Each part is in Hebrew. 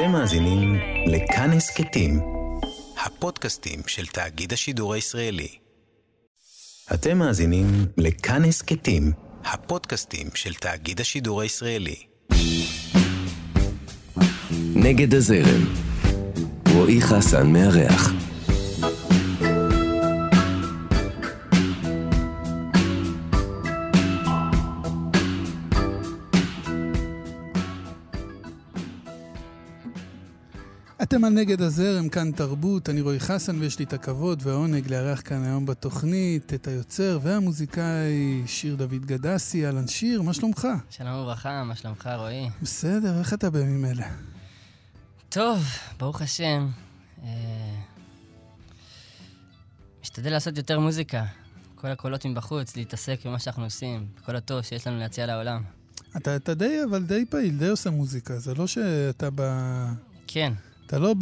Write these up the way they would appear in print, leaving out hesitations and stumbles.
אתם מאזינים לכאן הסכתים, הפודקאסטים של תאגיד השידור הישראלי. אתם מאזינים לכאן הסכתים, הפודקאסטים של תאגיד השידור הישראלי. נגד הזרם, רועי חסן מארח. אתם על נגד הזרם, כאן תרבות, אני רועי חסן ויש לי את הכבוד והעונג לארח כאן היום בתוכנית את היוצר והמוזיקאי שיר דוד גדסי. אהלן שיר, מה שלומך? שלום וברכה, מה שלומך רועי? בסדר, איך אתה בימים אלה? טוב, ברוך השם. משתדל לעשות יותר מוזיקה, כל הקולות מבחוץ, להתעסק במה שאנחנו עושים, בכל הטוב שיש לנו להציע לעולם. אתה די פעיל, די עושה מוזיקה, זה לא שאתה כן. אתה לא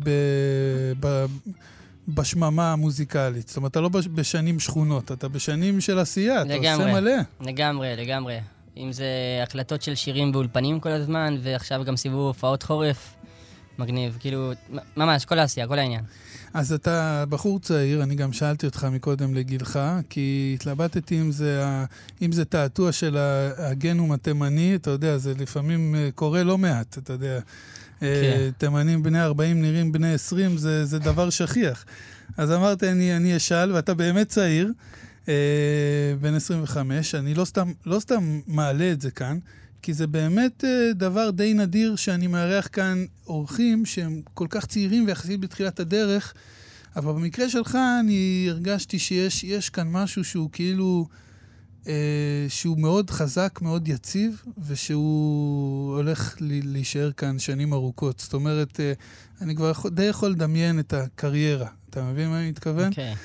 בשממה המוזיקלית, זאת אומרת, אתה לא בשנים שכונות, אתה בשנים של עשייה, אתה עושה מלא. לגמרי. אם זה הקלטות של שירים באולפנים כל הזמן, ועכשיו גם סיבוב הופעות חורף, מגניב, כאילו, ממש, כל העשייה, כל העניין. אז אתה בחור צעיר, אני גם שאלתי אותך מקודם לגילך, כי התלבטתי אם זה תעתוע של הגנום התימני, אתה יודע, זה לפעמים קורה לא מעט, אתה יודע. תימנים בני 40 נראים בני 20, זה דבר שכיח. אז אמרתי, אני אשאל, ואתה באמת צעיר, בן 25, אני לא סתם מעלה את זה כאן, כי זה באמת דבר די נדיר שאני מארח כאן אורחים שהם כל כך צעירים ויחסית בתחילת הדרך, אבל במקרה שלך אני הרגשתי שיש כאן משהו שהוא כאילו, שהוא מאוד חזק, מאוד יציב, ושהוא הולך להישאר כאן שנים ארוכות. זאת אומרת, אני כבר די יכול לדמיין את הקריירה. אתה מבין מה אני מתכוון? אוקיי.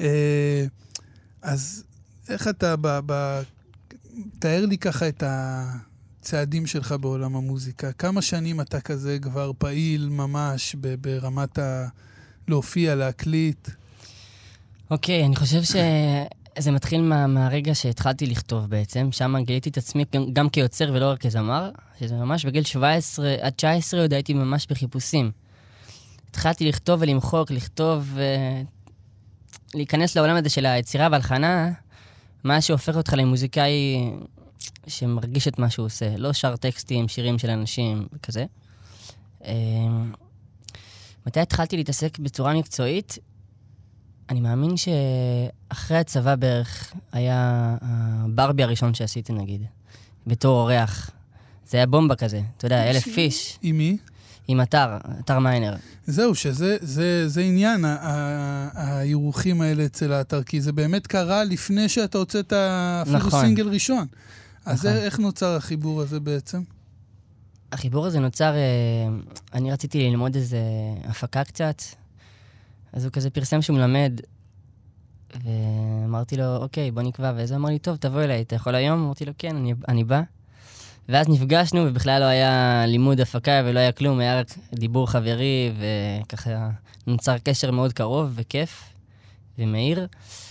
אז איך אתה, תאר לי ככה את הצעדים שלך בעולם המוזיקה. כמה שנים אתה כזה כבר פעיל ממש ברמת להופיע, להקליט? אוקיי, אני חושב זה מתחיל מהרגע שהתחלתי לכתוב בעצם, שם גיליתי את עצמי גם כיוצר ולא רק כזמר, שזה ממש בגיל 17 עד 19 עוד הייתי ממש בחיפושים. התחלתי לכתוב ולמחוק, להיכנס לעולם הזה של היצירה והלחנה, מה שהופך אותך למוזיקאי שמרגיש את מה שהוא עושה, לא שר טקסטים, שירים של אנשים וכזה. מתי התחלתי להתעסק בצורה מקצועית? אני מאמין שאחרי הצבא בערך היה הברבי הראשון שעשיתי נגיד, בתור אורח. זה היה בומבה כזה, אתה יודע, 1,000 איש. עם מי? עם אתר מיינר. זהו, שזה עניין, האירוחים האלה אצל האתר, כי זה באמת קרה לפני שאתה הוצאת אפילו סינגל ראשון. אז איך נוצר החיבור הזה בעצם? החיבור הזה נוצר, אני רציתי ללמוד איזה הפקה קצת, אז הוא כזה פרסם שהוא מלמד, ואמרתי לו, אוקיי, בוא נקבע, ואז הוא אמר לי, טוב, תבוא אליי, אתה יכול היום? אמרתי לו, כן, אני בא. ואז נפגשנו, ובכלל לא היה לימוד הפקה ולא היה כלום, היה רק דיבור חברי, וככה נוצר קשר מאוד קרוב וכיף ומהיר.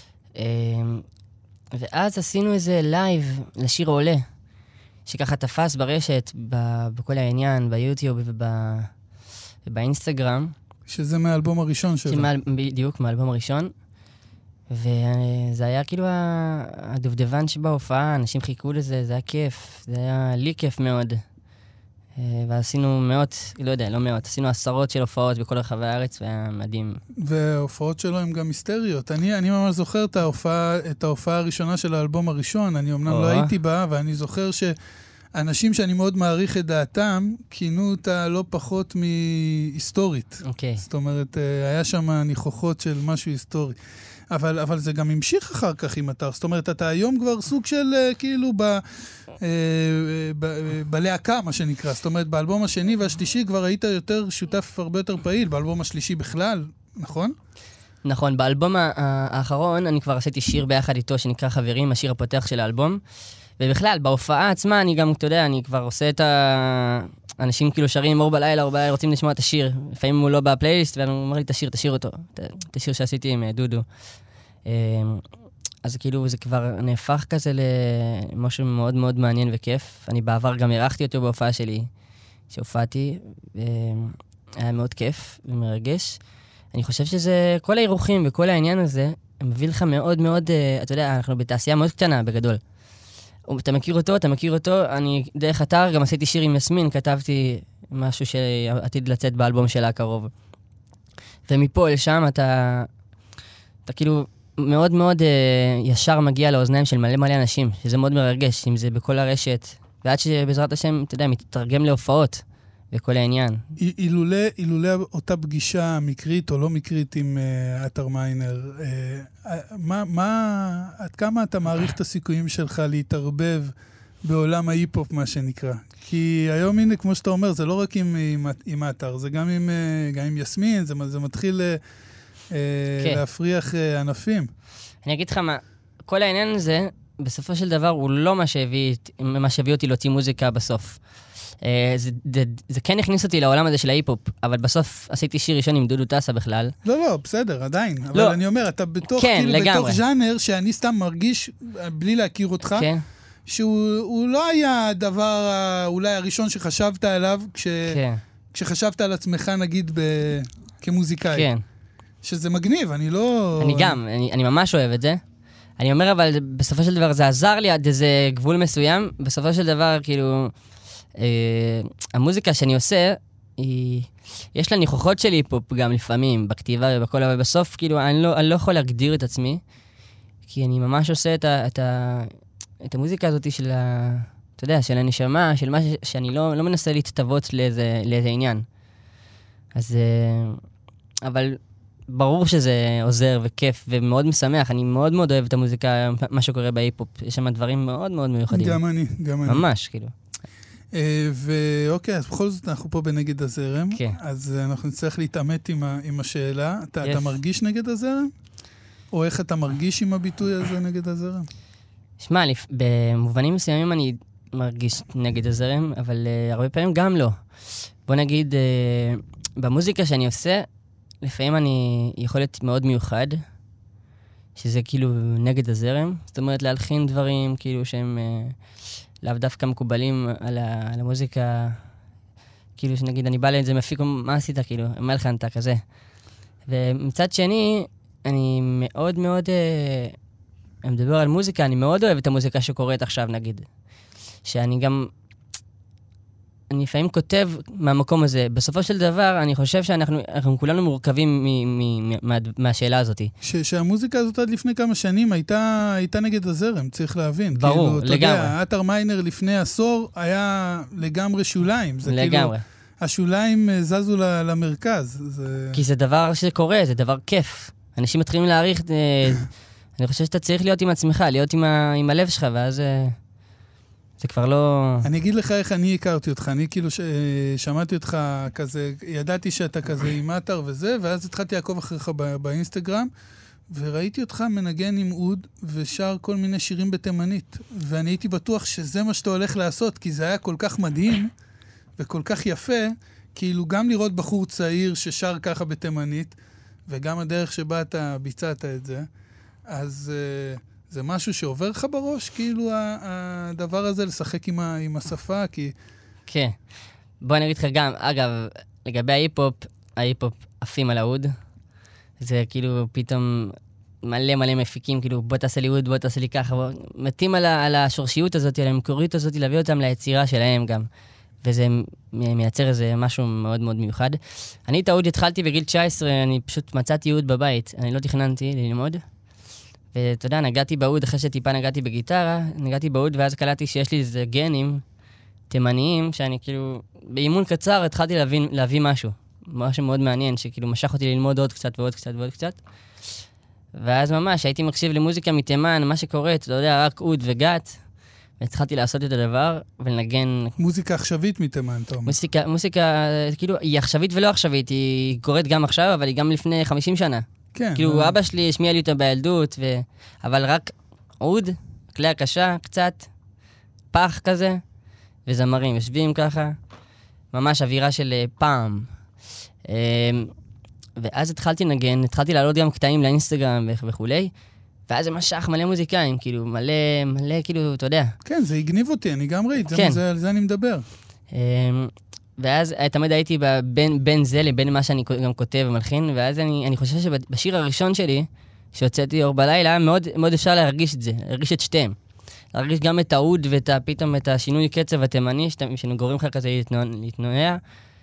ואז עשינו איזה לייב לשיר עולה, שככה תפס ברשת, בכל העניין, ביוטיוב ובאינסטגרם. שזה מהאלבום הראשון שלו. בדיוק, מהאלבום הראשון. וזה היה כאילו הדובדבן שבהופעה, אנשים חיכו לזה, זה היה כיף. זה היה לי כיף מאוד. ועשינו עשינו עשרות של הופעות בכל רחבי הארץ, והיה מדהים. וההופעות שלו הן גם היסטריות. אני ממש זוכר את ההופעה הראשונה של האלבום הראשון, אני אמנם לא הייתי בה, ואני זוכר אנשים שאני מאוד מעריך את דעתם, כינו אותה לא פחות מהיסטורית. אוקיי. זאת אומרת, היה שם ניחוחות של משהו היסטורי. אבל זה גם המשיך אחר כך עם אתר. זאת אומרת, אתה היום כבר סוג של כאילו בלהקה, מה שנקרא. זאת אומרת, באלבום השני והשלישי כבר היית יותר שותף הרבה יותר פעיל. באלבום השלישי בכלל, נכון? נכון, באלבום האחרון אני כבר עשיתי שיר ביחד איתו שנקרא חברים, השיר הפותח של האלבום. ובכלל, בהופעה עצמה אני גם, אתה יודע, אני כבר עושה את אנשים כאילו שרים אור בלילה, רוצים לשמוע את השיר. לפעמים הוא לא בפלייליסט, ואני אומר לי, תשיר אותו. את השיר שעשיתי עם דודו. אז כאילו זה כבר נהפך כזה למשהו מאוד מאוד מעניין וכיף. אני בעבר גם ערכתי אותו בהופעה שלי, שהופעתי, היה מאוד כיף ומרגש. אני חושב שזה, כל האירוחים וכל העניין הזה, מביא לך מאוד מאוד, אתה יודע, אנחנו בתעשייה מאוד קטנה, בגדול. אתה מכיר אותו, אני דרך אתר, גם עשיתי שיר עם יסמין, כתבתי משהו שעתיד לצאת באלבום שלה הקרוב. ומפה לשם אתה כאילו מאוד מאוד ישר מגיע לאוזניים של מלא מלא אנשים, שזה מאוד מרגש, אם זה בכל הרשת, ועד שבעזרת השם, אתה יודע, מתתרגם להופעות. וכל העניין. אילולא אותה פגישה מקרית או לא מקרית עם אתר מיינר, עד כמה אתה מעריך את הסיכויים שלך להתערבב בעולם ההיפ-הופ, מה שנקרא? כי היום, הנה, כמו שאתה אומר, זה לא רק עם אתר, זה גם עם יסמין, זה מתחיל להפריח ענפים. אני אגיד לך מה, כל העניין הזה, בסופו של דבר, הוא לא מה שהביא אותי להוציא מוזיקה בסוף. זה כן הכניס אותי לעולם הזה של ההיפ-הופ, אבל בסוף עשיתי שיר ראשון עם דודו טסה בכלל. לא, בסדר, עדיין. אבל אני אומר, אתה בתוך ז'אנר שאני סתם מרגיש, בלי להכיר אותך, שהוא לא היה הדבר אולי הראשון שחשבת עליו, כשחשבת על עצמך, נגיד, כמוזיקאי. כן. שזה מגניב, אני לא... אני גם, אני ממש אוהב את זה. אני אומר, אבל בסופו של דבר זה עזר לי עד איזה גבול מסוים. בסופו של דבר, כאילו... המוזיקה שאני עושה, יש לה ניחוחות של היפ-הופ גם לפעמים, בכתיבה ובכל, אבל בסוף כאילו אני לא יכול להגדיר את עצמי, כי אני ממש עושה את המוזיקה הזאת של אתה יודע, של הנשמה, של מה שאני לא מנסה להתתוות לאיזה עניין. אז, אבל ברור שזה עוזר וכיף ומאוד משמח, אני מאוד מאוד אוהב את המוזיקה, מה שקורה בהיפ-הופ, יש שם דברים מאוד מאוד מיוחדים. גם אני. ממש, כאילו. ואוקיי, אז בכל זאת אנחנו פה בנגד הזרם, אז אנחנו נצטרך להתאמת עם השאלה. אתה מרגיש נגד הזרם? או איך אתה מרגיש עם הביטוי הזה נגד הזרם? שמע, במובנים מסוימים אני מרגיש נגד הזרם, אבל הרבה פעמים גם לא. בוא נגיד, במוזיקה שאני עושה, לפעמים אני יכול להיות מאוד מיוחד, שזה כאילו נגד הזרם, זאת אומרת להלחין דברים כאילו שהם... לאו דווקא מקובלים על המוזיקה, כאילו שנגיד, אני בא לאיזה מפיק, מה עשית, כאילו, מה הלחנת, כזה. ומצד שני, אני מאוד מאוד, אני מדבר על מוזיקה, אני מאוד אוהב את המוזיקה שקורית עכשיו, נגיד. שאני גם, אני לפעמים כותב מהמקום הזה. בסופו של דבר, אני חושב שאנחנו כולנו מורכבים מהשאלה הזאת. שהמוזיקה הזאת עד לפני כמה שנים הייתה נגד הזרם, צריך להבין. ברור, כאילו, לגמרי. אתה יודע, אתר מיינר לפני עשור היה לגמרי שוליים. זה לגמרי. כאילו, השוליים זזו למרכז. כי זה דבר שקורה, זה דבר כיף. אנשים מתחילים להעריך, אני חושב שאתה צריך להיות עם עצמך, להיות עם הלב שלך, ואז... זה כבר לא... אני אגיד לך איך אני הכרתי אותך. אני כאילו שמעתי אותך כזה, ידעתי שאתה כזה עם אתר וזה, ואז התחלתי לעקוב אחריך באינסטגרם, וראיתי אותך מנגן עם אוד ושר כל מיני שירים בתימנית. ואני הייתי בטוח שזה מה שאתה הולך לעשות, כי זה היה כל כך מדהים וכל כך יפה, כאילו גם לראות בחור צעיר ששר ככה בתימנית, וגם הדרך שבה אתה ביצעת את זה. אז... זה משהו שעובר לך בראש, כאילו הדבר הזה, לשחק עם השפה, כי... כן. בוא נגיד לך גם, אגב, לגבי ההיפ-הופ עפים על האוד. זה כאילו פתאום מלא מלא מפיקים, כאילו בוא תעשה לי אוד, בוא תעשה לי ככה, מתים על השורשיות הזאת, על המקוריות הזאת, להביא אותם ליצירה שלהם גם. וזה מייצר איזה משהו מאוד מאוד מיוחד. אני את האוד התחלתי בגיל 19, אני פשוט מצאתי אוד בבית, אני לא תכננתי ללמוד. ואתה יודע, נגעתי באוד, אחרי שטיפה נגעתי בגיטרה, נגעתי באוד, ואז קלטתי שיש לי איזה גנים תימניים, שאני כאילו, באימון קצר התחלתי להביא משהו מאוד מעניין, שכאילו משך אותי ללמוד עוד קצת ועוד קצת ועוד קצת. ואז ממש הייתי מקשיב למוזיקה מתימן, מה שקורה, אתה יודע, רק אוד וגת, והתחלתי לעשות את הדבר ולנגן... מוזיקה עכשווית מתימן, אתה אומר. מוזיקה, כאילו, היא עכשווית ולא עכשווית, היא קורית גם עכשיו, אבל היא גם לפני 50 שנה. כן. כאילו, אבא שלי השמיע לי אותה בילדות, אבל רק אוד, כלי הקשה, קצת, פח כזה, וזמרים יושבים ככה, ממש אווירה של פעם. ואז התחלתי לנגן, התחלתי לעלות גם קטעים לאינסטגרם וכולי, ואז זה משך מלא מוזיקאים, כאילו, מלא, כאילו, אתה יודע. כן, זה הגניב אותי, אני גם ראיתי, על זה אני מדבר. ואז תמיד הייתי בין זה לבין מה שאני גם כותב ומלחין, ואז אני חושב שבשיר הראשון שלי, שהוצאתי אור בלילה, מאוד, מאוד אפשר להרגיש את זה, להרגיש את שתיהם. להרגיש גם את העוד ופתאום את השינוי קצב התימני, שגורם לך כזה להתנועע,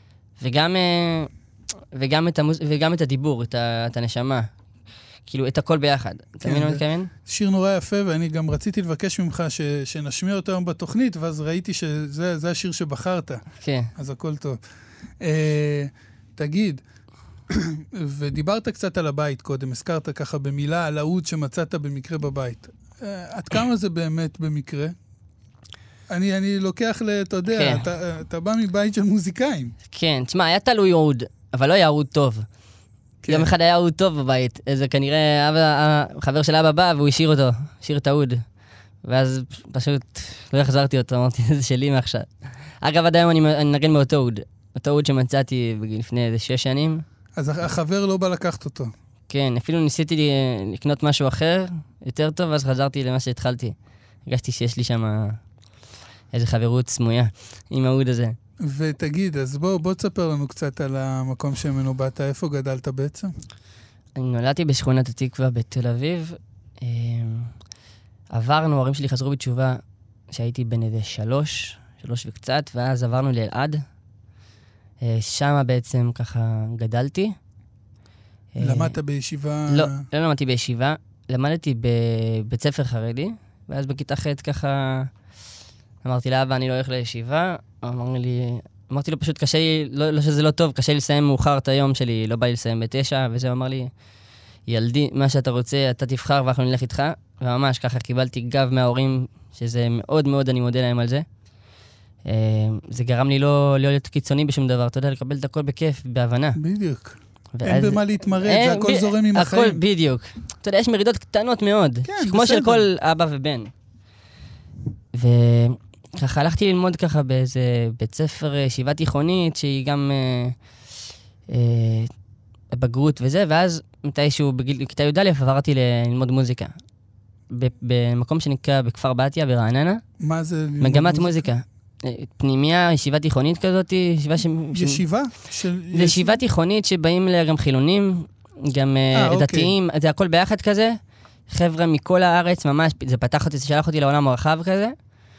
וגם את הדיבור, את הנשמה. כאילו, את הכל ביחד. אתה מבין מה מתכוון? שיר נורא יפה, ואני גם רציתי לבקש ממך שנשמיע אותו היום בתוכנית, ואז ראיתי שזה השיר שבחרת. כן. אז הכל טוב. תגיד, ודיברת קצת על הבית קודם, הזכרת ככה במילה על העוד שמצאת במקרה בבית. עד כמה זה באמת במקרה? אני לוקח אתה יודע, אתה בא מבית של מוזיקאים. כן, תשמע, היה תלוי עוד, אבל לא היה עוד טוב. יום אחד היה עוד טוב בבית, זה כנראה חבר של אבא בא והוא השאיר אותו, השאיר את העוד. ואז פשוט לא החזרתי אותו, אמרתי, זה שלי מעכשיו. אגב, עד היום אני מנגן מאותו עוד. אותו עוד שמצאתי לפני איזה 6 שנים. אז החבר לא בא לקחת אותו. כן, אפילו ניסיתי לקנות משהו אחר, יותר טוב, אז חזרתי למה שהתחלתי. הרגשתי שיש לי שם איזו חברות סמויה עם העוד הזה. ותגיד, אז בוא תספר לנו קצת על המקום שמנו באת, איפה גדלת בעצם? אני נולדתי בשכונת התקווה בתל אביב. עברנו, ההורים שלי חזרו בתשובה שהייתי בן איזה 3 וקצת, ואז עברנו לאלעד. שם בעצם ככה גדלתי. למדת בישיבה? לא למדתי בישיבה. למדתי בבית ספר חרדי, ואז בכיתה ח' ככה אמרתי לאבא, אני לא הולך לישיבה. אמרתי לו פשוט קשה לי, לא שזה לא טוב, קשה לי לסיים מאוחר את היום שלי, לא בא לי לסיים ב9, וזה אמר לי, ילדי, מה שאתה רוצה, אתה תבחר ואנחנו נלך איתך. וממש ככה קיבלתי גב מההורים, שזה מאוד מאוד, אני מודה להם על זה. זה גרם לי לא להיות קיצוני בשום דבר, אתה יודע, לקבל את הכל בכיף, בהבנה. בדיוק. אין במה להתמרד, זה הכל זורם עם החיים. הכל, בדיוק. אתה יודע, יש מרידות קטנות מאוד, כמו של כל אבא ובן. וככה הלכתי ללמוד ככה באיזה בית ספר ישיבה תיכונית, שהיא גם בגרות וזה, ואז מתישהו בכיתה י"א עברתי ללמוד מוזיקה. במקום שנקרא בכפר בתיה ברעננה. מה זה? מגמת מוזיקה. פנימיה, ישיבה תיכונית כזאת. ישיבה? זה ישיבה תיכונית שבאים אליה גם חילונים, גם דתיים, זה הכל ביחד כזה. חבר'ה מכל הארץ, ממש, זה פתח אותי, זה שלח אותי לעולם הרחב כזה.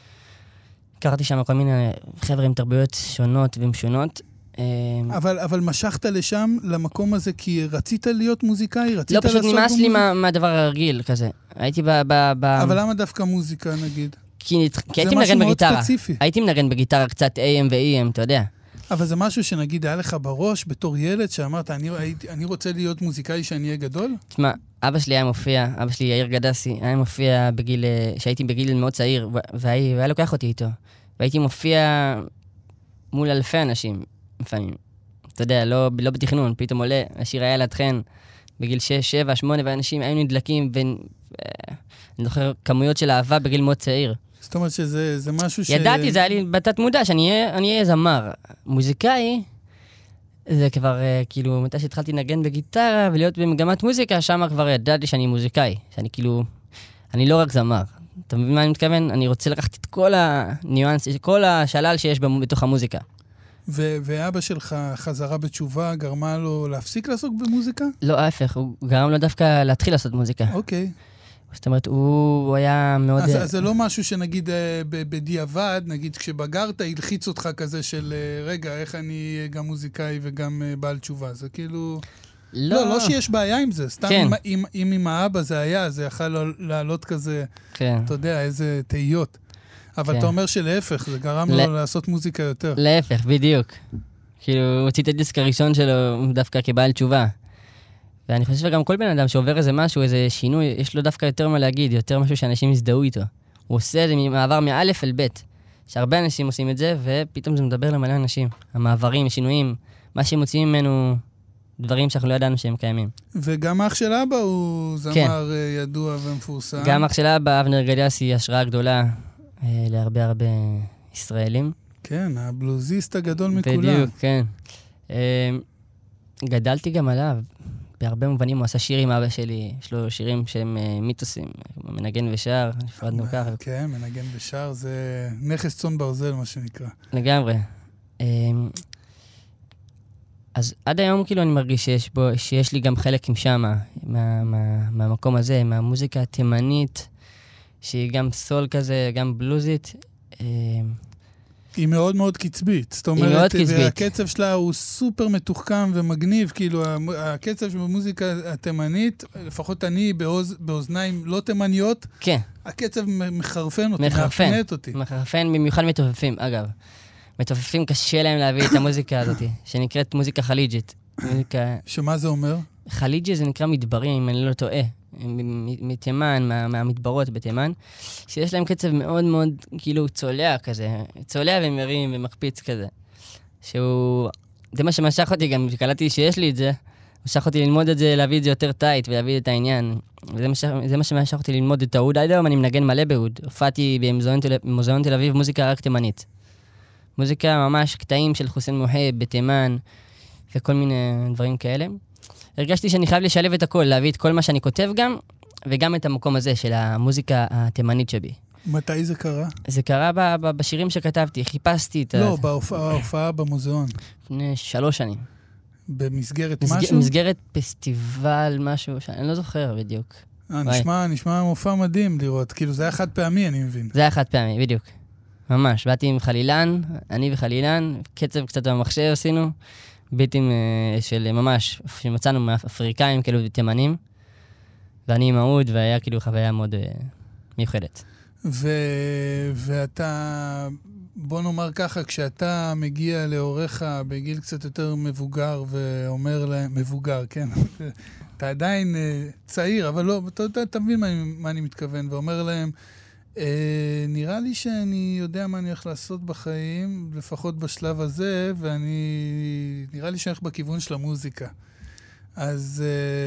קראתי שם כל מיני חבר'ה עם תרבויות שונות ומשונות. אבל משכת לשם, למקום הזה, כי רצית להיות מוזיקאי? לא, פשוט נמאס לי מהדבר הרגיל כזה. הייתי אבל למה דווקא מוזיקה, נגיד? כי הייתי מנגן בגיטרה. הייתי מנגן בגיטרה קצת AM ו-EM, אתה יודע. אבל זה משהו שנגיד היה לך בראש בתור ילד, שאמרת, אני רוצה להיות מוזיקאי שאני אהיה גדול? תשמע, אבא שלי היה מופיע, אבא שלי יאיר גדסי, היה מופיע שהייתי בגיל מאוד צעיר, והיה לוקח אותי איתו. והייתי מופיע מול אלפי אנשים, לפעמים. אתה יודע, לא בתכנון, פתאום עולה, השיר היה להתחן בגיל 6, 7, 8, ואנשים היו נדלקים, אני זוכר כמויות של אהבה בגיל מאוד צעיר. זאת אומרת שזה משהו ידעתי, זה היה לי בתת מודע, שאני אהיה זמר. מוזיקאי, זה כבר כאילו, מתי שהתחלתי לנגן בגיטרה ולהיות במגמת מוזיקה, שם כבר ידעתי שאני מוזיקאי. שאני כאילו, אני לא רק זמר. אתה מבין מה אני מתכוון? אני רוצה לקחת את כל הניואנס, כל השלל שיש בתוך המוזיקה. ואבא שלך חזרה בתשובה, גרמה לו להפסיק לעסוק במוזיקה? לא, ההפך, הוא גרם לו דווקא להתחיל לעשות מוזיקה. אוקיי. זאת אומרת, הוא היה מאוד... אז זה לא משהו שנגיד בדיעבד, נגיד כשבגרת, הלחיץ אותך כזה של רגע, איך אני גם מוזיקאי וגם בעל תשובה. זה כאילו... לא שיש בעיה עם זה. סתם אם עם האבא זה היה, זה יכול לעלות כזה, אתה יודע, איזה תהיות. אבל אתה אומר שלהפך, זה גרם לו לעשות מוזיקה יותר. להפך, בדיוק. כאילו, הוא הוציא את הדיסק הראשון שלו דווקא כבעל תשובה. ואני חושב שגם כל בן אדם שעובר איזה משהו, איזה שינוי, יש לו דווקא יותר מה להגיד, יותר משהו שאנשים יזדהו איתו. הוא עושה את זה מעבר מאלף אל בית. שהרבה אנשים עושים את זה, ופתאום זה מדבר למלא אנשים. המעברים, השינויים, מה שהם מוצאים ממנו, דברים שאנחנו לא ידענו שהם קיימים. וגם אח של אבא הוא זמר ידוע ומפורסם. גם אח של אבא, אבנר גדסי, השראה גדולה להרבה הרבה ישראלים. כן, הבלוזיסט הגדול מכולם. בדיוק, כן. גדלתי גם עליו. בהרבה מובנים הוא עשה שיר עם אבא שלי, יש לו שירים שהם מיתוסים, מנגן ושר, נפרדנו ככה. כן, מנגן ושר, זה נכס צאן ברזל, מה שנקרא. לגמרי. אז עד היום כאילו אני מרגיש שיש לי גם חלק עם שמה, מהמקום הזה, מהמוזיקה התימנית, שהיא גם סול כזה, גם בלוזית. היא מאוד מאוד קצבית. זאת אומרת, מאוד קצבית. והקצב שלה הוא סופר מתוחכם ומגניב, כאילו הקצב של המוזיקה התימנית, לפחות אני באוזניים לא תימניות, כן. הקצב מחרפן אותי, מאפנת אותי. מחרפן, במיוחד מתופפים, אגב. מתופפים קשה להם להביא את המוזיקה הזאת, שנקראת מוזיקה חליג'ית. שמה זה אומר? חליג'י זה נקרא מדברים, אם אני לא טועה. מתימן, מהמדברות בתימן, שיש להם קצב מאוד מאוד, כאילו, צולע כזה. צולע ומרים ומחפיץ כזה. שהוא... זה מה שמשך אותי, גם קלטתי שיש לי את זה. משך אותי ללמוד את זה, להביא את זה יותר טייט ולהביא את העניין. וזה מה שמשך אותי ללמוד את האוד. עד היום אני מנגן מלא באוד. הופעתי במוזיאון תל אביב, מוזיקה רק תימנית. מוזיקה ממש קטעים של חוסיין מוחב בתימן, וכל מיני דברים כאלה. הרגשתי שאני חייב לשלב את הכל, להביא את כל מה שאני כותב גם, וגם את המקום הזה של המוזיקה התימנית שבי. מתי זה קרה? זה קרה בשירים שכתבתי, חיפשתי את... לא, בהופעה במוזיאון. לפני 3 שנים. במסגרת משהו? מסגרת פסטיבל, משהו, אני לא זוכר בדיוק. נשמע מופע מדהים לראות, כאילו זה היה חד פעמי, אני מבין. זה היה חד פעמי, בדיוק. ממש, באתי עם חלילן, אני וחלילן, קצב קצת במחשב עשינו, ביטים של ממש, שמצאנו מאפריקאים כאילו תימנים, ואני עם האוד, והיה כאילו חוויה מאוד מיוחדת. ואתה, בוא נאמר ככה, כשאתה מגיע להוריך בגיל קצת יותר מבוגר, ואומר להם, מבוגר, כן, אתה עדיין צעיר, אבל לא, אתה מבין מה אני מתכוון, ואומר להם, נראה לי שאני יודע מה אני הולך לעשות בחיים, לפחות בשלב הזה, נראה לי שאני הולך בכיוון של המוזיקה. אז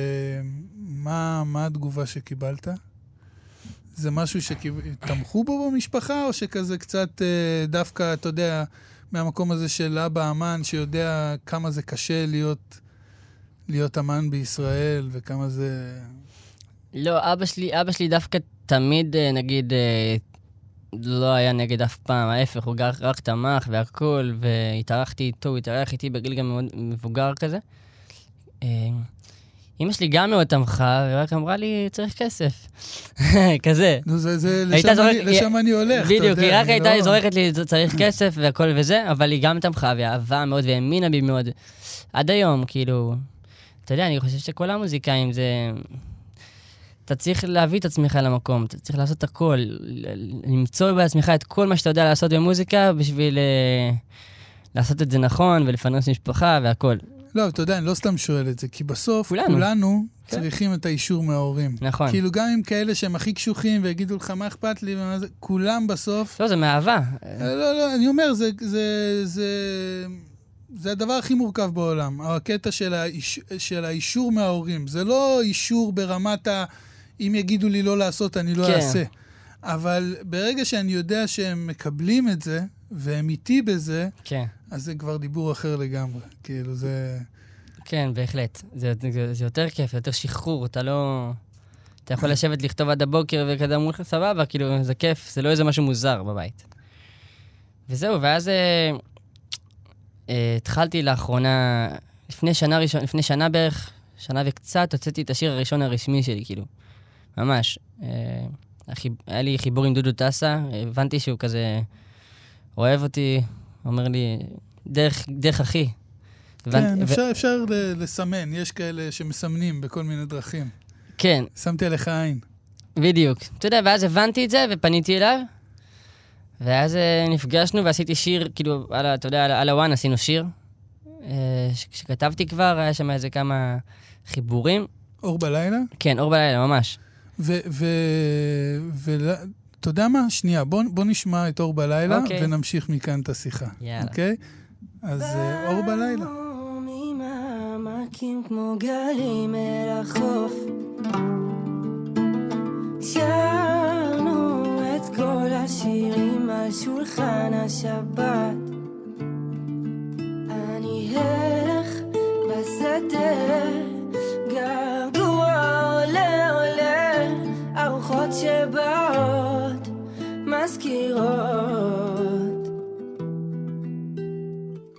מה התגובה שקיבלת? זה משהו שתמכו בו במשפחה, או שכזה קצת דווקא, אתה יודע, מהמקום הזה של אבא אמן, שיודע כמה זה קשה להיות אמן בישראל, וכמה זה... לא, אבא שלי דווקא תמיד, נגיד, לא היה נגד אף פעם, ההפך, הוא רק תמך והכל, והתארחתי איתו, הוא התארח איתי בגיל גם מאוד מבוגר כזה. אמא שלי גם מאוד תמכה, ורק אמרה לי, צריך כסף. כזה. נו, לשם אני הולך, אתה יודע. בדיוק, היא רק הייתה זורקת לי, צריך כסף והכל וזה, אבל היא גם תמכה, ואהבה מאוד, והאמינה בי מאוד. עד היום, כאילו, אתה יודע, אני חושב שכל המוזיקאים זה... אתה צריך להביא את עצמך למקום, אתה צריך לעשות הכל, למצוא בעצמך את כל מה שאתה יודע לעשות במוזיקה, בשביל לעשות את זה נכון, ולפרנס משפחה והכל. לא, אתה יודע, אני לא סתם שואל את זה, כי בסוף כולנו צריכים את האישור מההורים. נכון. כאילו גם עם כאלה שהם הכי קשוחים ויגידו לך מה אכפת לי, כולם בסוף... לא, זה מאהבה. לא, אני אומר, זה הדבר הכי מורכב בעולם, הקטע של האישור מההורים. זה לא אישור ברמת אם יגידו לי לא לעשות, אני לא אעשה. אבל ברגע שאני יודע שהם מקבלים את זה, והם איתי בזה, אז זה כבר דיבור אחר לגמרי. כאילו זה... כן, בהחלט. זה יותר כיף, יותר שחרור. אתה לא... אתה יכול לשבת לכתוב עד הבוקר וכזה אמרו לך סבבה, כאילו זה כיף, זה לא איזה משהו מוזר בבית. וזהו, ואז התחלתי לאחרונה, לפני שנה בערך, שנה וקצת, הוצאתי את השיר הראשון הרשמי שלי, כאילו. ממש. היה לי חיבור עם דודו טסה, הבנתי שהוא כזה אוהב אותי, אומר לי, דרך אחי. כן, אפשר לסמן, יש כאלה שמסמנים בכל מיני דרכים. כן. שמתי עליך עין. בדיוק. אתה יודע, ואז הבנתי את זה ופניתי אליו, ואז נפגשנו ועשיתי שיר, כאילו, אתה יודע, על הוואן עשינו שיר, שכתבתי כבר, היה שם איזה כמה חיבורים. אור בלילה? כן, אור בלילה, ממש. אתה יודע מה? שנייה, בוא נשמע את אור בלילה, ונמשיך מכאן את השיחה. יאללה. אוקיי? אז אור בלילה. ממעמקים כמו גלים אל החוף, שרנו את כל השירים על שולחן השבת. אני הלך בשדה, געגוע עולה עולה, ארוחות שבאות מזכירות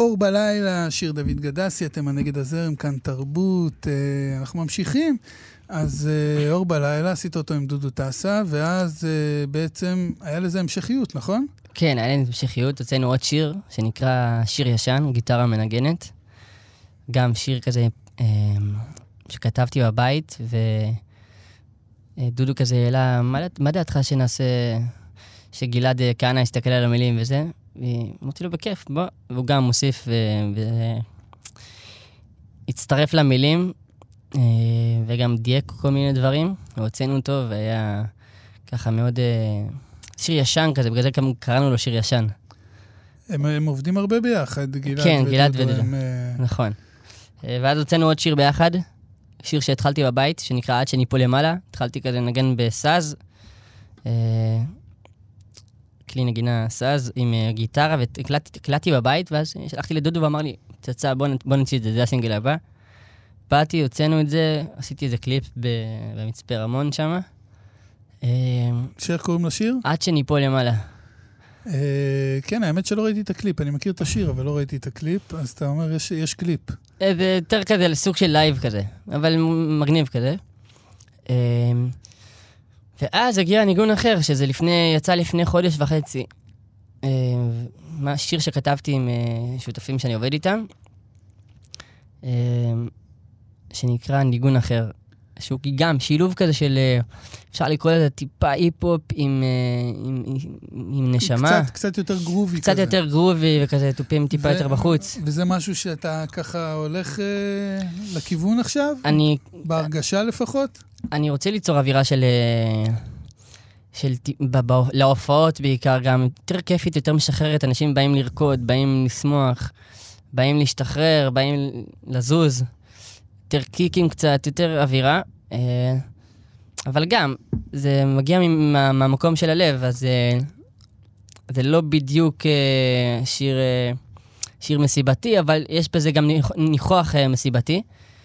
אור בלילה, שיר דוד גדסי, אתם הנגד הזרם, כאן תרבות, אנחנו ממשיכים. אז אור בלילה, עשית אותו עם דודו טסה, ואז בעצם היה לזה המשכיות, נכון? כן, היה לזה המשכיות, הוצאנו עוד שיר, שנקרא שיר ישן, גיטרה מנגנת. גם שיר כזה שכתבתי בבית, ודודו כזה העלה, מה דעתך שנעשה, שגלעד כהנא יסתכל על המילים וזה? ואמרתי לו בכיף, בוא. והוא גם מוסיף והצטרף למילים, וגם דייק כל מיני דברים, והוצאנו אותו, והיה ככה מאוד שיר ישן כזה, בגלל זה קראנו לו שיר ישן. הם עובדים הרבה ביחד, גלעד כן, ודודו. גלעד ודודו, נכון. ואז הוצאנו עוד שיר ביחד, שיר שהתחלתי בבית, שנקרא עד שניפול למעלה, התחלתי כזה לנגן בסאז, כלי נגינה סאז עם גיטרה, והקלטתי בבית, ואז שלחתי לדודו ואמר לי, תצא, בוא נוציא את זה, זה הסינגל הבא. באתי, הוצאנו את זה, עשיתי איזה קליפ במצפה רמון שם. שאיך קוראים לשיר? עד שניפול למעלה. כן, האמת שלא ראיתי את הקליפ, אני מכיר את השיר, אבל לא ראיתי את הקליפ, אז אתה אומר, יש קליפ. זה יותר כזה, לסוג של לייב כזה, אבל מגניב כזה. ואז הגיע ניגון אחר, שזה יצא לפני חודש וחצי. שיר שכתבתי עם שותפים שאני עובד איתם, שנקרא ניגון אחר. שהוא גם שילוב כזה של, אפשר לקרוא לזה טיפה היפ-הופ עם נשמה. קצת יותר גרובי קצת כזה. יותר גרובי וכזה טופים טיפה יותר בחוץ. וזה משהו שאתה ככה הולך לכיוון עכשיו? בהרגשה לפחות? אני רוצה ליצור אווירה להופעות בעיקר, גם יותר כיפית, יותר משחררת. אנשים באים לרקוד, באים לשמוח, באים להשתחרר, באים לזוז. יותר קיקים קצת, יותר אווירה. אבל גם, זה מגיע מהמקום של הלב, אז זה לא בדיוק שיר מסיבתי, אבל יש בזה גם ניחוח מסיבתי.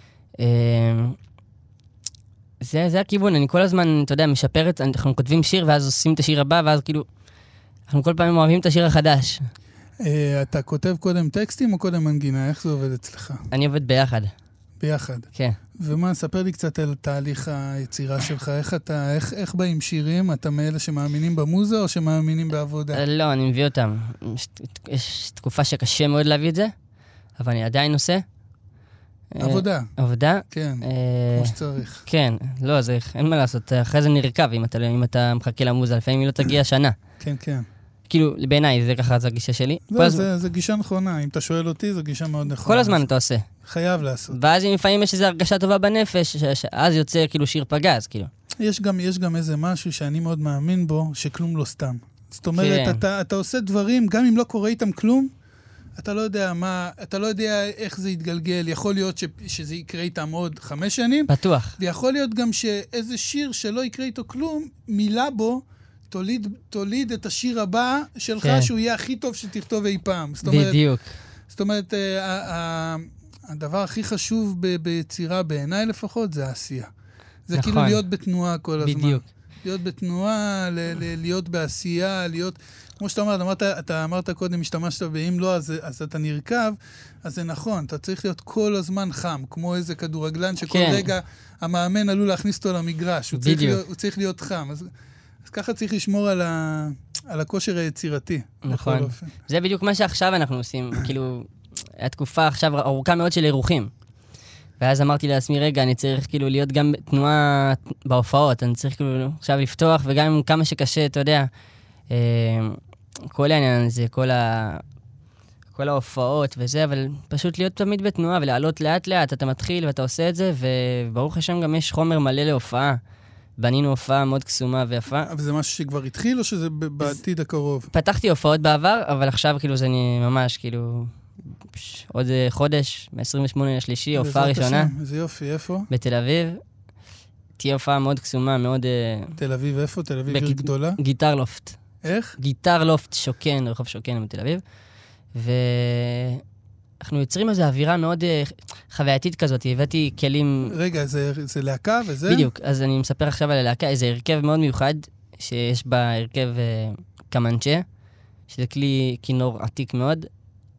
זה הכיוון, אני כל הזמן, אתה יודע, משפרת, אנחנו כותבים שיר, ואז עושים את השיר הבא, ואז כאילו, אנחנו כל פעם אוהבים את השיר החדש. אתה כותב קודם טקסטים או קודם מנגינה? איך זה עובד אצלך? אני עובד ביחד. ביחד? כן. ומה, ספר לי קצת על תהליך היצירה שלך, איך באים שירים? אתה מאלה שמאמינים במוזה או שמאמינים בעבודה? לא, אני מביא אותם. יש תקופה שקשה מאוד להביא את זה, אבל אני עדיין עושה. עבודה. עבודה? כן, כמו שצריך. כן, לא, אין מה לעשות, אחרי זה נרכב, אם אתה מחכה למוזה, לפעמים היא לא תגיע שנה. כן, כן. כאילו, בעיניי, זה ככה, זו הגישה שלי. זה גישה נכונה, אם אתה שואל אותי, זו גישה מאוד נכונה. כל הזמן אתה עושה. חייב לעשות. ואז לפעמים יש איזו הרגשה טובה בנפש, אז יוצא כאילו שיר פגז, כאילו. יש גם איזה משהו שאני מאוד מאמין בו, שכלום לא סתם. זאת אומרת, אתה עושה דברים, גם אם לא קורה איתם כלום, אתה לא יודע איך זה יתגלגל, יכול להיות שזה יקרה איתם עוד 5 שנים. בטוח. ויכול להיות גם שאיזה שיר שלא יקרה איתו כלום, מילה בו, תוליד את השיר הבא שלך, שהוא יהיה הכי טוב שתכתוב אי פעם. בדיוק. זאת אומרת, הדבר הכי חשוב ביצירה, בעיניי לפחות, זה העשייה. זה כאילו להיות בתנועה כל הזמן. בדיוק. להיות בתנועה, להיות בעשייה, להיות... כמו שאתה אמרת קודם, השתמשת ואם לא, אז אתה נרכב, אז זה נכון, אתה צריך להיות כל הזמן חם, כמו איזה כדורגלן שכל רגע המאמן עלול להכניס אותו למגרש, הוא צריך להיות חם. אז ככה צריך לשמור על הכושר היצירתי. נכון. זה בדיוק מה שעכשיו אנחנו עושים, כאילו, התקופה עכשיו ארוכה מאוד של אירוחים. ואז אמרתי לעצמי, רגע, אני צריך כאילו להיות גם תנועה בהופעות, אני צריך כאילו עכשיו לפתוח, וגם כמה שקשה, אתה יודע, כל העניין הזה, כל ההופעות וזה, אבל פשוט להיות תמיד בתנועה ולעלות לאט לאט, אתה מתחיל ואתה עושה את זה, וברוך השם גם יש חומר מלא להופעה. בנינו הופעה מאוד קסומה ויפה. אבל זה משהו שכבר התחיל או שזה בעתיד הקרוב? פתחתי הופעות בעבר, אבל עכשיו כאילו זה ממש כאילו עוד חודש, מ-28 הופעה ראשונה. איזה יופי, איפה? בתל אביב. תהיה הופעה מאוד קסומה, מאוד... תל אביב איפה? תל אביב עיר גדולה? גיטר לופט. איך? גיטר לופט שוקן, רחוב שוקן בתל אביב. אנחנו יוצרים איזו אווירה מאוד חווייתית כזאת. הבאתי כלים... רגע, זה להקה וזה? בדיוק, אז אני מספר עכשיו על הלהקה. איזה הרכב מאוד מיוחד, שיש בה הרכב קמנצ'ה, שזה כלי כינור עתיק מאוד.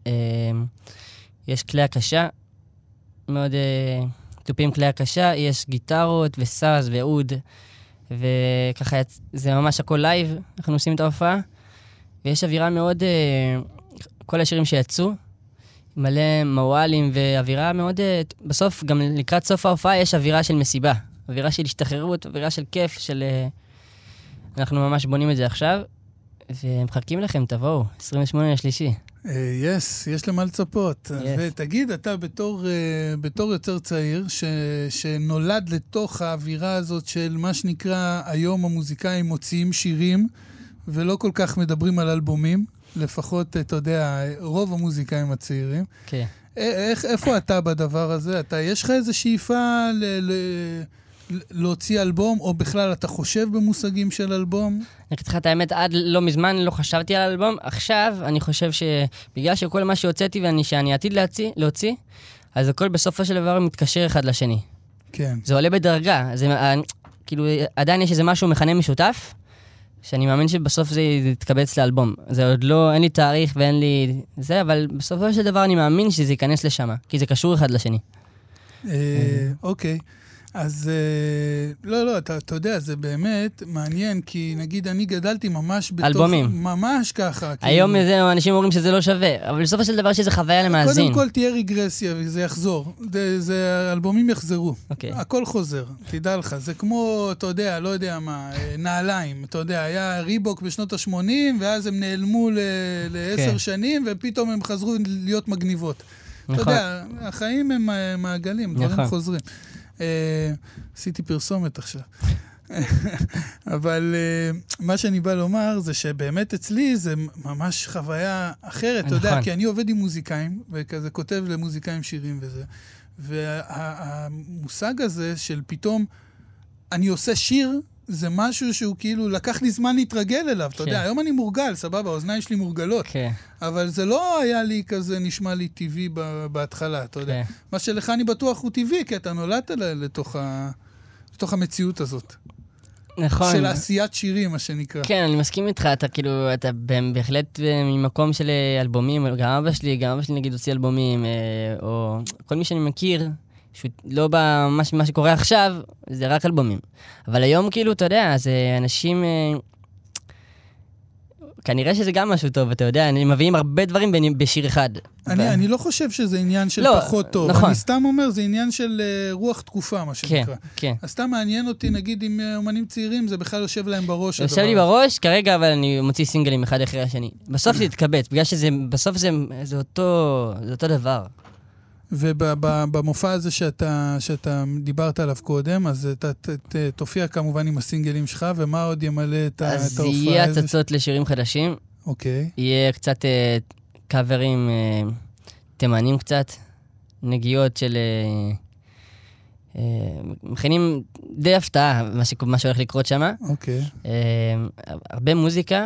יש כלי הקשה, מאוד תופים כלי הקשה, יש גיטרות וסאז ועוד, וככה זה ממש הכל לייב, אנחנו עושים את ההופעה, ויש אווירה מאוד, כל השירים שיצאו, מלא מוואלים ואווירה מאוד, בסוף, גם לקראת סוף ההופעה יש אווירה של מסיבה, אווירה של השתחררות, אווירה של כיף, אנחנו ממש בונים את זה עכשיו, ומחכים לכם, תבואו, 28/3. יש למה לצפות. ותגיד, אתה בתור יוצר צעיר, שנולד לתוך האווירה הזאת של מה שנקרא, היום המוזיקאים מוציאים שירים, ולא כל כך מדברים על אלבומים, לפחות, אתה יודע, רוב המוזיקאים הצעירים. כן. איפה אתה בדבר הזה? יש לך איזו שאיפה להוציא אלבום, או בכלל אתה חושב במושגים של אלבום? אני אגיד לך את האמת, עד לא מזמן לא חשבתי על אלבום. עכשיו אני חושב שבגלל שכל מה שהוצאתי שאני עתיד להוציא, אז הכל בסופו של דבר מתקשר אחד לשני. כן. זה עולה בדרגה. כאילו, עדיין יש איזה משהו מכנה משותף, שאני מאמין שבסוף זה יתקבץ לאלבום. זה עוד לא, אין לי תאריך ואין לי זה, אבל בסופו של דבר אני מאמין שזה ייכנס לשם, כי זה קשור אחד לשני. אוקיי. אז לא, אתה יודע, זה באמת מעניין, כי נגיד אני גדלתי ממש בתוך... אלבומים. ממש ככה. היום אנשים אומרים שזה לא שווה, אבל בסופו של דבר שזה חוויה למאזין. קודם כל תהיה רגרסיה וזה יחזור. האלבומים יחזרו. הכל חוזר, תדע לך. זה כמו, אתה יודע, לא יודע מה, נעליים. אתה יודע, היה ריבוק בשנות ה-80, ואז הם נעלמו ל10 שנים, ופתאום הם חזרו להיות מגניבות. אתה יודע, החיים הם מעגלים, דברים חוזרים. עשיתי פרסומת עכשיו. אבל מה שאני בא לומר זה שבאמת אצלי זה ממש חוויה אחרת, אתה יודע, כי אני עובד עם מוזיקאים, וכזה כותב למוזיקאים שירים וזה, והמושג הזה של פתאום אני עושה שיר, זה משהו שהוא כאילו לקח לי זמן להתרגל אליו, אתה יודע, היום אני מורגל, סבבה, האוזניים שלי מורגלות, אבל זה לא היה לי כזה, נשמע לי טבעי בהתחלה, אתה יודע. מה שלך אני בטוח הוא טבעי, כי אתה נולדת לתוך המציאות הזאת. נכון. של עשיית שירים, מה שנקרא. כן, אני מסכים איתך, אתה כאילו, אתה בהחלט ממקום של אלבומים, גם אבא שלי נגיד הוציא אלבומים, או כל מי שאני מכיר, לא מה שקורה עכשיו, זה רק אלבומים. אבל היום כאילו, אתה יודע, זה אנשים... כנראה שזה גם משהו טוב, אתה יודע, הם מביאים הרבה דברים בשיר אחד. אני לא חושב שזה עניין של פחות טוב. אני סתם אומר, זה עניין של רוח תקופה, מה שנקרא. כן. אז סתם מעניין אותי, נגיד, עם אומנים צעירים, זה בכלל יושב להם בראש. יושב לי בראש, כרגע, אבל אני מוציא סינגלים אחד אחרי השני. בסוף זה יתקבץ, בגלל שבסוף זה אותו דבר. ובמופע הזה שאתה דיברת עליו קודם, אז אתה תופיע כמובן עם הסינגלים שלך, ומה עוד ימלא את ההופעה הזה? אז יהיה הצצות לשירים חדשים. אוקיי. יהיה קצת קאברים תימנים קצת, נגיעות של... מכינים די הפתעה, מה שהולך לקרות שם. אוקיי. הרבה מוזיקה.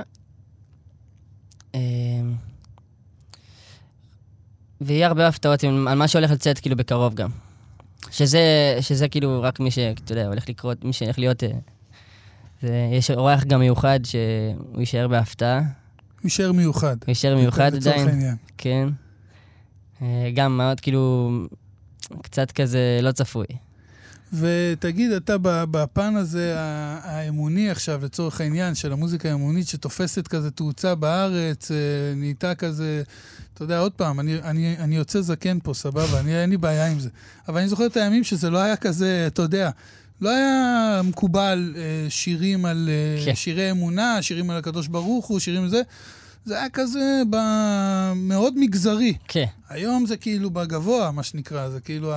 ויהיה הרבה הפתעות על מה שהולך לצאת כאילו בקרוב גם. שזה כאילו רק מי שאתה יודע, הולך לקרות, מי שהולך להיות... יש אורח גם מיוחד שהוא יישאר בהפתעה. יישאר מיוחד. יישאר מיוחד עדיין. לצורך העניין. כן. גם מאוד כאילו קצת כזה לא צפוי. ותגיד, אתה בפן הזה האמוני עכשיו, לצורך העניין של המוזיקה האמונית שתופסת כזה תאוצה בארץ, נהייתה כזה, אתה יודע, עוד פעם, אני יוצא זקן פה, סבבה, אין לי בעיה עם זה. אבל אני זוכר את הימים שזה לא היה כזה, אתה יודע, לא היה מקובל שירים על שירי אמונה, שירים על הקדוש ברוך הוא, שירים על זה. זה היה כזה מאוד מגזרי. כן. היום זה כאילו בגבוה, מה שנקרא, זה כאילו,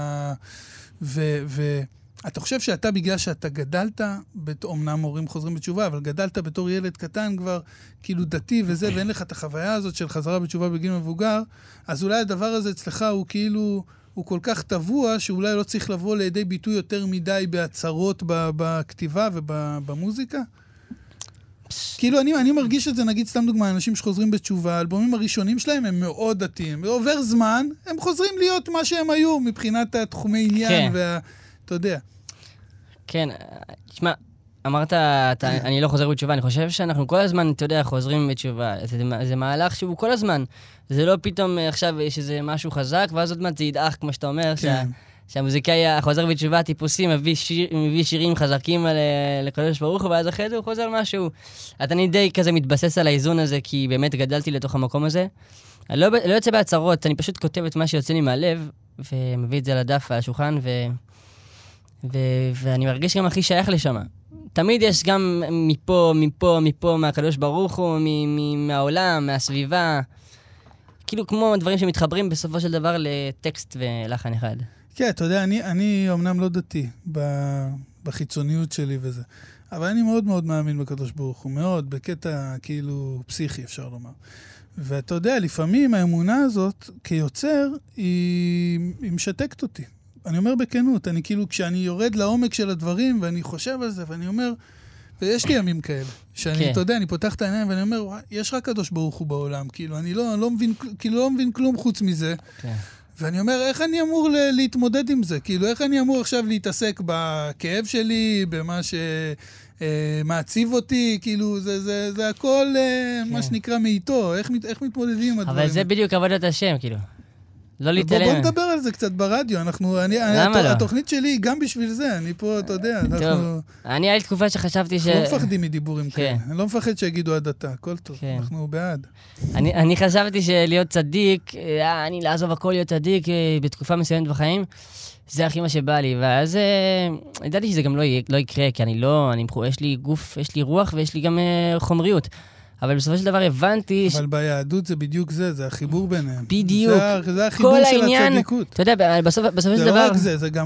ואתה חושב שאתה, בגלל שאתה גדלת, אומנם הורים חוזרים בתשובה, אבל גדלת בתור ילד קטן כבר, כאילו דתי וזה, ואין לך את החוויה הזאת של חזרה בתשובה בגיל מבוגר, אז אולי הדבר הזה אצלך הוא כאילו, הוא כל כך טבוע, שאולי לא צריך לבוא לידי ביטוי יותר מדי בהצהרות בכתיבה ובמוזיקה? כאילו אני מרגיש את זה, נגיד סתם דוגמה, אנשים שחוזרים בתשובה, האלבומים הראשונים שלהם הם מאוד דתיים, ועובר זמן, הם חוזרים להיות מה שהם היו, מבחינת התחומי עניין, אתה יודע. כן, תשמע, אמרת, אני לא חוזר בתשובה, אני חושב שאנחנו כל הזמן, אתה יודע, חוזרים בתשובה. זה מהלך שהוא כל הזמן. זה לא פתאום עכשיו יש איזה משהו חזק, ואז עוד מעט זה ידעך, כמו שאתה אומר, שהמוזיקאי החוזר בתשובה הטיפוסי מביא שירים חזקים לקדוש ברוך הוא, ואז אחרי זה הוא חוזר משהו. אני די כזה מתבסס על האיזון הזה, כי באמת גדלתי לתוך המקום הזה. אני לא יוצא בהצהרות, אני פשוט כותב את מה שיוצא לי מהלב, ומביא את זה לדף על השולחן, ואני מרגיש גם הכי שייך לשם. תמיד יש גם מפה, מהקדוש ברוך הוא, מהעולם, מהסביבה. כאילו כמו דברים שמתחברים בסופו של דבר לטקסט ולחן אחד. כן, אתה יודע, אני אומנם לא דתי בחיצוניות שלי וזה, אבל אני מאוד מאוד מאמין בקדוש ברוך הוא, מאוד, בקטע כאילו פסיכי, אפשר לומר. ואתה יודע, לפעמים האמונה הזאת, כיוצר, היא משתקת אותי. אני אומר בכנות, אני כאילו, כשאני יורד לעומק של הדברים, ואני חושב על זה, ואני אומר, ויש לי ימים כאלה, שאני, אתה יודע, אני פותח את העיניים, ואני אומר, יש רק קדוש ברוך הוא בעולם, כאילו, אני לא מבין כלום חוץ מזה, ואני אומר, איך אני אמור להתמודד עם זה? כאילו, איך אני אמור עכשיו להתעסק בכאב שלי, במה שמעציב אותי? כאילו, זה הכל מה שנקרא מאיתו. איך מתמודדים עם הדברים? אבל זה בדיוק עבודת השם, כאילו. לא להתעלם. בוא נדבר על זה קצת ברדיו. התוכנית שלי היא גם בשביל זה. אני פה, אתה יודע, אני היה לי תקופה שחשבתי אנחנו לא מפחדים מדיבורים כאלה. אני לא מפחד שיגידו הדתה. הכל טוב. אנחנו בעד. אני חשבתי שלהיות צדיק, אני לעזוב הכל להיות צדיק בתקופה מסוימת בחיים, זה הכי מה שבא לי. ואז ידעתי שזה גם לא יקרה, כי יש לי גוף, יש לי רוח ויש לי גם חומריות. אבל בסופו של דבר הבנתי... אבל ביהדות זה בדיוק זה החיבור ביניהם. בדיוק. זה החיבור של הצדיקות. אתה יודע, בסופו של דבר... זה לא רק זה גם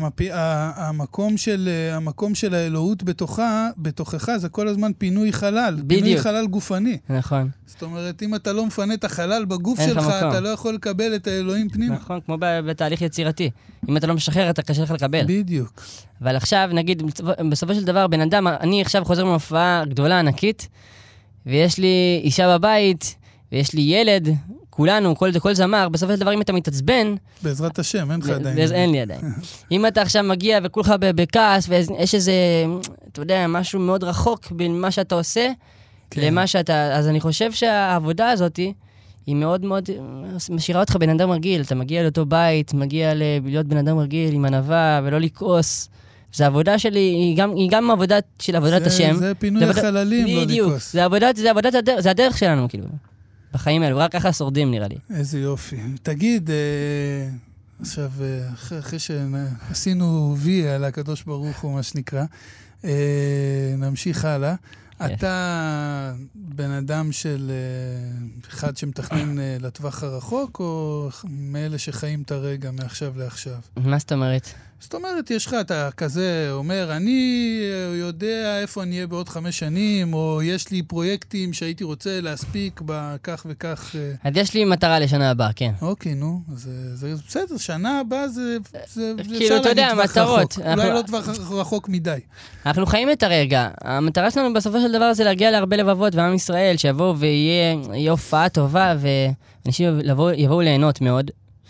המקום של האלוהות בתוכך, זה כל הזמן פינוי חלל. בדיוק. פינוי חלל גופני. נכון. זאת אומרת, אם אתה לא מפנה את החלל בגוף שלך, אתה לא יכול לקבל את האלוהים פנימה. נכון, כמו בתהליך יצירתי. אם אתה לא משחרר, אתה קשה לך לקבל. בדיוק. אבל עכשיו, נגיד, בסופו של דבר, בן אדם, אני עכשיו חוזר מהופעה גדולה, ענקית, ויש לי אישה בבית, ויש לי ילד, כולנו, כל זמר, בסופו של דבר, אם אתה מתעצבן... בעזרת השם, אין לך עדיין. אין לי עדיין. אם אתה עכשיו מגיע וכולך בכעס, ויש איזה, אתה יודע, משהו מאוד רחוק בין מה שאתה עושה, למה שאתה... אז אני חושב שהעבודה הזאת, היא מאוד מאוד משאירה אותך בן אדם רגיל. אתה מגיע לאותו בית, מגיע להיות בן אדם רגיל עם ענווה, ולא לכעוס. זה עבודה שלי, היא גם עבודה של עבודת השם. זה פינוי החללים, לא לכעוס. זה הדרך שלנו, כאילו, בחיים האלו. רק ככה שורדים, נראה לי. איזה יופי. תגיד, עכשיו, אחרי שעשינו וי על הקדוש ברוך הוא, מה שנקרא, נמשיך הלאה. אתה בן אדם של אחד שמתכנן לטווח הרחוק, או מאלה שחיים את הרגע מעכשיו לעכשיו? מה זאת אומרת? זאת אומרת, יש לך, אתה כזה אומר, אני יודע איפה אני אהיה בעוד 5 שנים, או יש לי פרויקטים שהייתי רוצה להספיק בכך וכך. אז יש לי מטרה לשנה הבאה, כן. אוקיי, נו, זה בסדר, שנה הבאה זה כאילו, אתה יודע, מטרות. אולי לא טווח רחוק מדי. אנחנו חיים את הרגע. המטרה שלנו בסופו של דבר זה להגיע להרבה לבבות ועם ישראל, שיבואו ויהיה הופעה טובה, ואנשים יבואו ליהנות מאוד.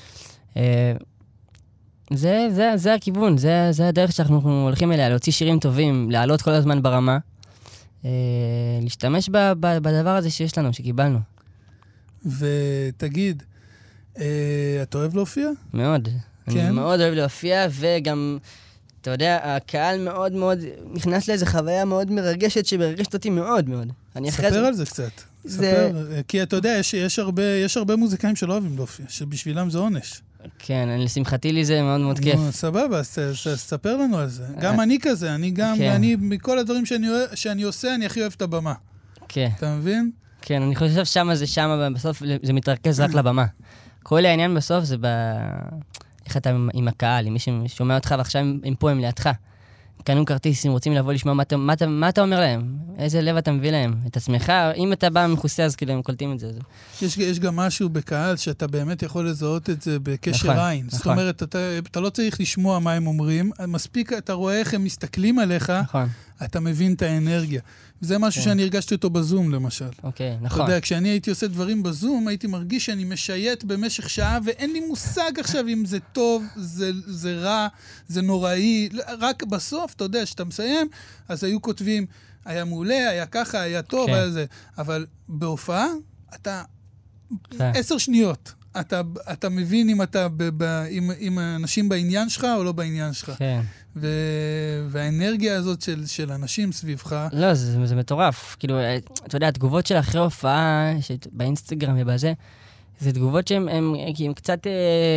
זה הכיוון, זה הדרך שאנחנו הולכים אליה, להוציא שירים טובים, לעלות כל הזמן ברמה, להשתמש בדבר הזה שיש לנו, שקיבלנו. ותגיד, אתה אוהב להופיע? מאוד. כן? אני מאוד אוהב להופיע, וגם, אתה יודע, הקהל מאוד מאוד נכנס לאיזו חוויה מאוד מרגשת, שמרגשת אותי מאוד מאוד. ספר על זה קצת. ספר, כי אתה יודע, יש הרבה מוזיקאים שלא אוהבים להופיע, שבשבילם זה עונש. כן, לשמחתי לי זה מאוד מאוד כיף. סבבה, אז תספר לנו על זה. גם אני כזה, מכל הדברים שאני עושה, אני הכי אוהב את הבמה. כן. אתה מבין? כן, אני חושב שמה בסוף זה מתרכז רק לבמה. כל העניין בסוף זה איך אתה עם הקהל, עם מי ששומע אותך, ועכשיו הם פה, הם לידך. קנו כרטיס, הם רוצים לבוא לשמוע מה אתה אומר להם, איזה לב אתה מביא להם, את עצמך, אם אתה בא מחוסה, אז כאילו הם קולטים את זה. יש גם משהו בקהל שאתה באמת יכול לזהות את זה בקשר עין. זאת אומרת, אתה לא צריך לשמוע מה הם אומרים, מספיק, אתה רואה איך הם מסתכלים עליך, אתה מבין את האנרגיה. זה משהו שאני הרגשתי אותו בזום, למשל. אוקיי, נכון. אתה יודע, כשאני הייתי עושה דברים בזום, הייתי מרגיש שאני משייט במשך שעה, ואין לי מושג עכשיו אם זה טוב, זה רע, זה נוראי. רק בסוף, אתה יודע, שאתה מסיים, אז היו כותבים, היה מעולה, היה ככה, היה טוב, היה זה. אבל בהופעה, אתה 10 שניות. אתה מבין אם אתה עם אנשים בעניין שלך או לא בעניין שלך. כן. והאנרגיה הזאת של אנשים סביבך... לא, זה מטורף. כאילו, אתה יודע, התגובות של אחרי הופעה, באינסטגרם ובזה, זה תגובות שהן קצת...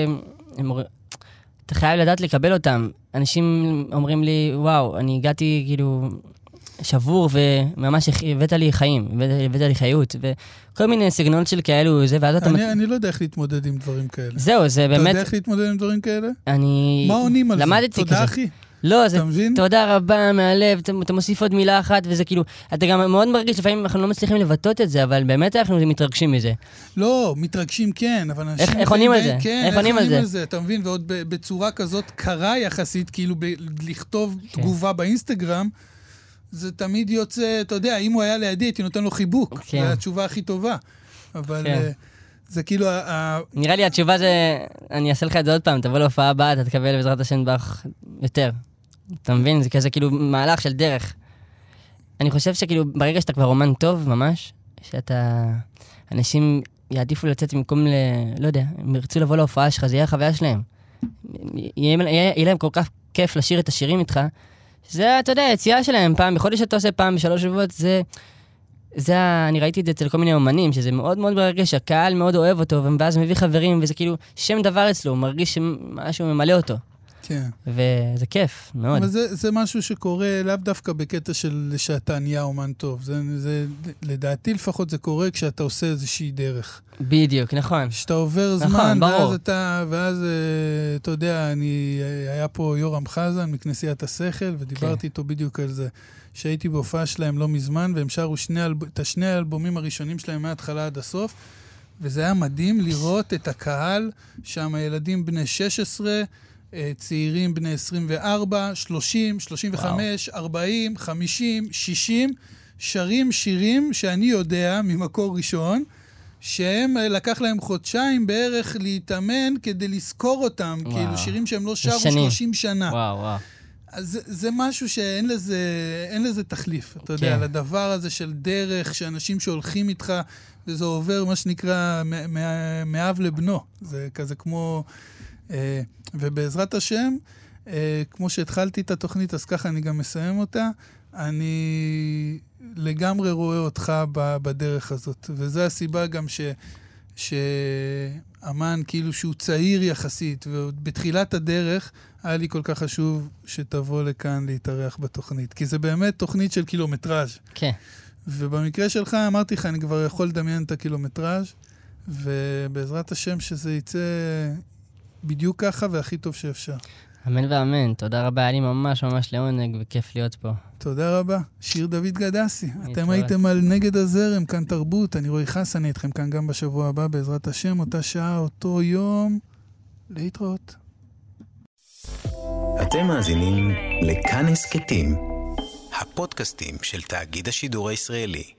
אתה חייב לדעת לקבל אותן. אנשים אומרים לי, וואו, אני הגעתי כאילו שבור וממש הבאת לי חיים, הבאת לי חיות, וכל מיני סגנונות של כאלו, זה, ואז אתה... אני לא יודע איך להתמודד עם דברים כאלה. זהו, זה באמת... אתה יודע איך להתמודד עם דברים כאלה? אני... מה עונים על זה? למדתי כזה. תודה, אחי. לא, זה... אתה מבין? תודה רבה מהלב, אתה מוסיף עוד מילה אחת, וזה כאילו... אתה גם מאוד מרגיש, לפעמים אנחנו לא מצליחים לבטאות את זה, אבל באמת אנחנו מתרגשים מזה. לא, מתרגשים כן, אבל אנשים... איך עונים על זה? כן, איך עונים על זה? אתה מבין? ועוד בצורה כזאת קרה יחסית, כאילו לכתוב תגובה באינסטגרם, זה תמיד יוצא, אתה יודע, אם הוא היה לידי, הייתי נותן לו חיבוק. זו התשובה הכי טובה. אבל זה כאילו... נראה לי התשובה זה, אני אעשה לך את זה עוד פעם, תבוא להופעה הבאה, אתה תקבל בעזרת השם בך יותר. אתה מבין? זה כזה כאילו מהלך של דרך. אני חושב שכאילו ברגע שאתה כבר אומן טוב ממש, שאתה... אנשים יעדיפו לצאת במקום לא יודע, הם ירצו לבוא להופעה שלך, זה יהיה החוויה שלהם. יהיה להם כל כך כיף לשיר את השירים איתך, זה, אתה יודע, היציאה שלהם פעם, בחודש אתה עושה פעם, ב3 שבועות, אני ראיתי את זה אצל כל מיני אומנים, שזה מאוד מאוד ברגש, הקהל מאוד אוהב אותו, ואז מביא חברים, וזה כאילו שם דבר אצלו, הוא מרגיש שמשהו ממלא אותו. כן. וזה כיף, מאוד. אבל זה משהו שקורה לאו דווקא בקטע של שאתה נהיה אומן טוב. לדעתי לפחות זה קורה כשאתה עושה איזושהי דרך. בדיוק, נכון. שאתה עובר זמן, ואז אתה יודע, היה פה יורם חזן מכנסיית השכל, ודיברתי איתו בדיוק על זה. שהייתי בהופעה שלהם לא מזמן, והם שרו את שני האלבומים הראשונים שלהם מההתחלה עד הסוף, וזה היה מדהים לראות את הקהל, שם הילדים בני 16, צעירים בני 24, 30, 35, 40, 50, 60, שרים שירים שאני יודע ממקור ראשון, שהם לקח להם חודשיים בערך להתאמן כדי לזכור אותם, כאילו שירים שהם לא שרו 30 שנה. וואו. אז זה משהו שאין לזה תחליף, אתה יודע, לדבר הזה של דרך, שאנשים שהולכים איתך, וזה עובר מה שנקרא מאב לבנו, זה כזה כמו... ובעזרת השם, כמו שהתחלתי את התוכנית, אז ככה אני גם מסיים אותה, אני לגמרי רואה אותך בדרך הזאת, וזו הסיבה גם שאמן כאילו שהוא צעיר יחסית, ובתחילת הדרך היה לי כל כך חשוב שתבוא לכאן להתארח בתוכנית, כי זה באמת תוכנית של קילומטראז'. כן. ובמקרה שלך אמרתי לך, אני כבר יכול לדמיין את הקילומטראז', ובעזרת השם שזה יצא בדיוק ככה והכי טוב שאפשר. אמן ואמן, תודה רבה, היה לי ממש ממש לעונג וכיף להיות פה. תודה רבה. שיר דוד גדסי. אתם הייתם על נגד הזרם, כאן תרבות. אני רועי חסן, אני איתכם כאן גם בשבוע הבא, בעזרת השם, אותה שעה, אותו יום. להתראות. אתם מאזינים לכאן הסכתים, הפודקאסטים של תאגיד השידור הישראלי.